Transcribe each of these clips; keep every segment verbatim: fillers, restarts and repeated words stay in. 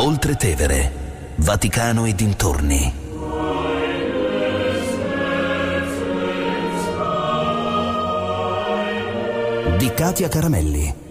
Oltre Tevere, Vaticano e dintorni. Di Katia Caramelli.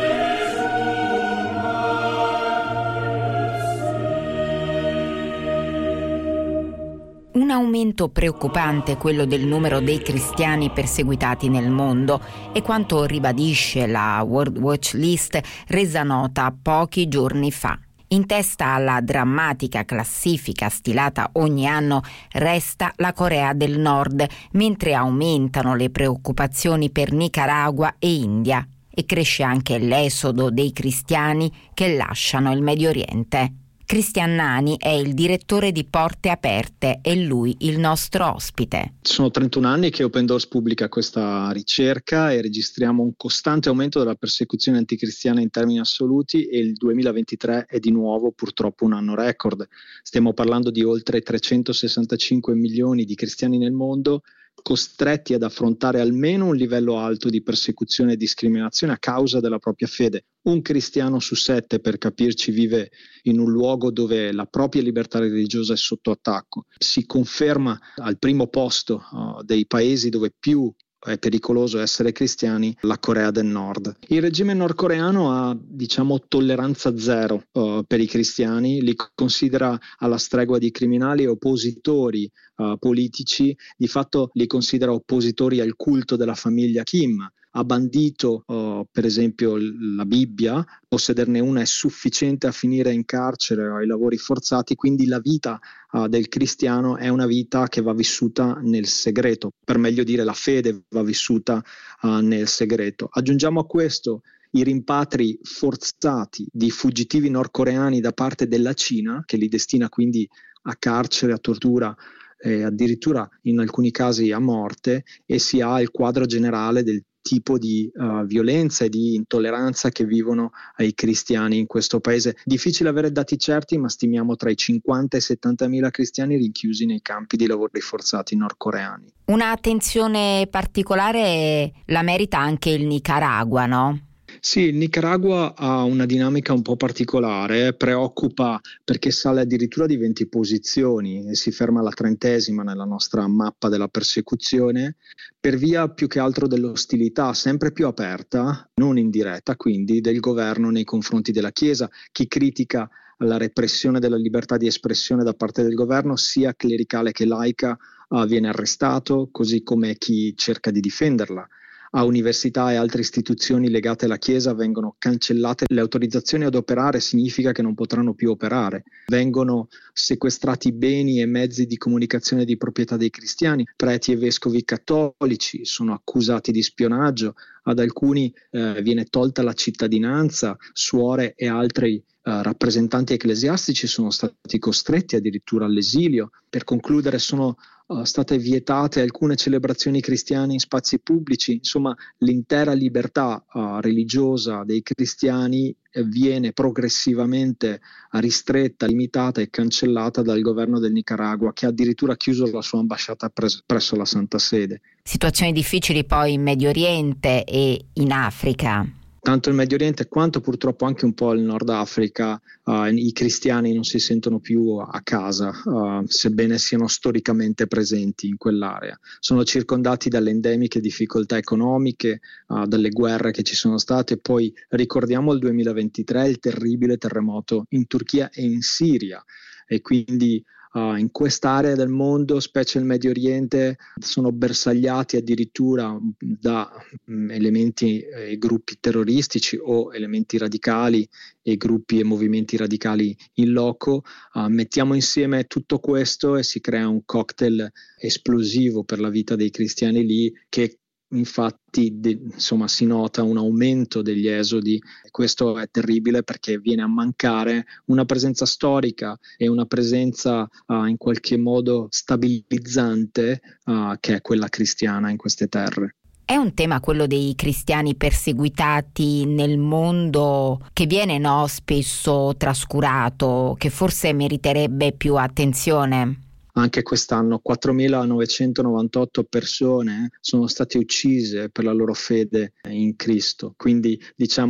Un aumento preoccupante quello del numero dei cristiani perseguitati nel mondo, è quanto ribadisce la World Watch List resa nota pochi giorni fa. In testa alla drammatica classifica stilata ogni anno resta la Corea del Nord, mentre aumentano le preoccupazioni per Nicaragua e India, e cresce anche l'esodo dei cristiani che lasciano il Medio Oriente. Cristian Nani è il direttore di Porte Aperte e lui il nostro ospite. Sono trentuno anni che Open Doors pubblica questa ricerca e registriamo un costante aumento della persecuzione anticristiana in termini assoluti, e il duemilaventitré è di nuovo purtroppo un anno record. Stiamo parlando di oltre trecentosessantacinque milioni di cristiani nel mondo, costretti ad affrontare almeno un livello alto di persecuzione e discriminazione a causa della propria fede. Un cristiano su sette, per capirci, vive in un luogo dove la propria libertà religiosa è sotto attacco. Si conferma al primo posto uh, dei paesi dove più è pericoloso essere cristiani la Corea del Nord. Il regime nordcoreano ha, diciamo, tolleranza zero uh, per i cristiani, li considera alla stregua di criminali e oppositori uh, politici, di fatto li considera oppositori al culto della famiglia Kim. Ha bandito uh, per esempio la Bibbia, possederne una è sufficiente a finire in carcere o ai lavori forzati, quindi la vita uh, del cristiano è una vita che va vissuta nel segreto, per meglio dire la fede va vissuta uh, nel segreto. Aggiungiamo a questo i rimpatri forzati di fuggitivi nordcoreani da parte della Cina, che li destina quindi a carcere, a tortura e addirittura in alcuni casi a morte, e si ha il quadro generale del tipo di uh, violenza e di intolleranza che vivono i cristiani in questo paese. Difficile avere dati certi, ma stimiamo tra i cinquanta e i settantamila cristiani rinchiusi nei campi di lavori forzati nordcoreani. Un'attenzione particolare la merita anche il Nicaragua, no? Sì, il Nicaragua ha una dinamica un po' particolare, preoccupa perché sale addirittura di venti posizioni e si ferma alla trentesima nella nostra mappa della persecuzione, per via più che altro dell'ostilità sempre più aperta, non indiretta quindi, del governo nei confronti della Chiesa. Chi critica la repressione della libertà di espressione da parte del governo, sia clericale che laica, uh, viene arrestato, così come chi cerca di difenderla. A università e altre istituzioni legate alla Chiesa vengono cancellate le autorizzazioni ad operare, significa che non potranno più operare. Vengono sequestrati beni e mezzi di comunicazione di proprietà dei cristiani. Preti e vescovi cattolici sono accusati di spionaggio, ad alcuni eh, viene tolta la cittadinanza, suore e altri Uh, rappresentanti ecclesiastici sono stati costretti addirittura all'esilio. Per concludere, sono uh, state vietate alcune celebrazioni cristiane in spazi pubblici. Insomma, l'intera libertà uh, religiosa dei cristiani eh, viene progressivamente ristretta, limitata e cancellata dal governo del Nicaragua, che ha addirittura chiuso la sua ambasciata pres- presso la Santa Sede. Situazioni difficili poi in Medio Oriente e in Africa. Tanto il Medio Oriente quanto purtroppo anche un po' il Nord Africa, uh, i cristiani non si sentono più a casa, uh, sebbene siano storicamente presenti in quell'area. Sono circondati dalle endemiche difficoltà economiche, uh, dalle guerre che ci sono state. Poi ricordiamo il duemilaventitré, il terribile terremoto in Turchia e in Siria, e quindi Uh, in quest'area del mondo, specie il Medio Oriente, sono bersagliati addirittura da um, elementi e gruppi terroristici o elementi radicali e gruppi e movimenti radicali in loco. Uh, mettiamo insieme tutto questo e si crea un cocktail esplosivo per la vita dei cristiani lì, che infatti de, insomma si nota un aumento degli esodi. Questo è terribile perché viene a mancare una presenza storica e una presenza uh, in qualche modo stabilizzante uh, che è quella cristiana in queste terre. È un tema quello dei cristiani perseguitati nel mondo che viene no, spesso trascurato, che forse meriterebbe più attenzione. Anche quest'anno quattromilanovecentonovantotto persone sono state uccise per la loro fede in Cristo, quindi diciamo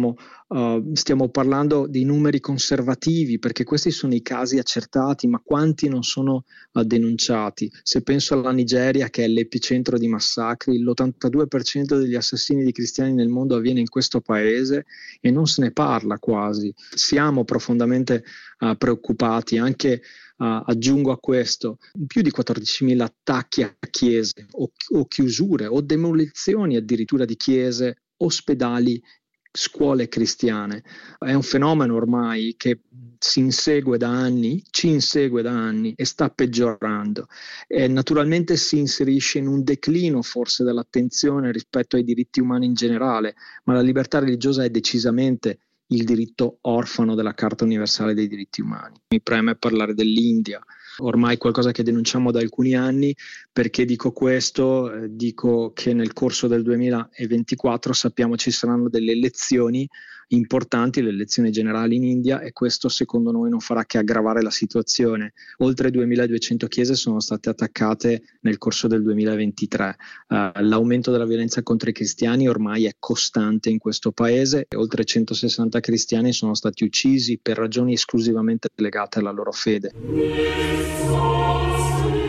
Uh, stiamo parlando di numeri conservativi, perché questi sono i casi accertati, ma quanti non sono uh, denunciati? Se penso alla Nigeria, che è l'epicentro di massacri, l'ottantadue per cento degli assassini di cristiani nel mondo avviene in questo paese e non se ne parla quasi. Siamo profondamente uh, preoccupati. Anche Uh, aggiungo a questo più di quattordicimila attacchi a chiese o, o chiusure o demolizioni addirittura di chiese, ospedali, scuole cristiane. È un fenomeno ormai che si insegue da anni, ci insegue da anni e sta peggiorando. E naturalmente si inserisce in un declino forse dell'attenzione rispetto ai diritti umani in generale, ma la libertà religiosa è decisamente il diritto orfano della Carta Universale dei Diritti Umani. Mi preme parlare dell'India, ormai qualcosa che denunciamo da alcuni anni. Perché dico questo? Eh, dico che nel corso del duemilaventiquattro sappiamo ci saranno delle elezioni importanti, le elezioni generali in India, e questo secondo noi non farà che aggravare la situazione. Oltre duemiladuecento chiese sono state attaccate nel corso del duemilaventitré. Uh, l'aumento della violenza contro i cristiani ormai è costante in questo paese e oltre centosessanta cristiani sono stati uccisi per ragioni esclusivamente legate alla loro fede.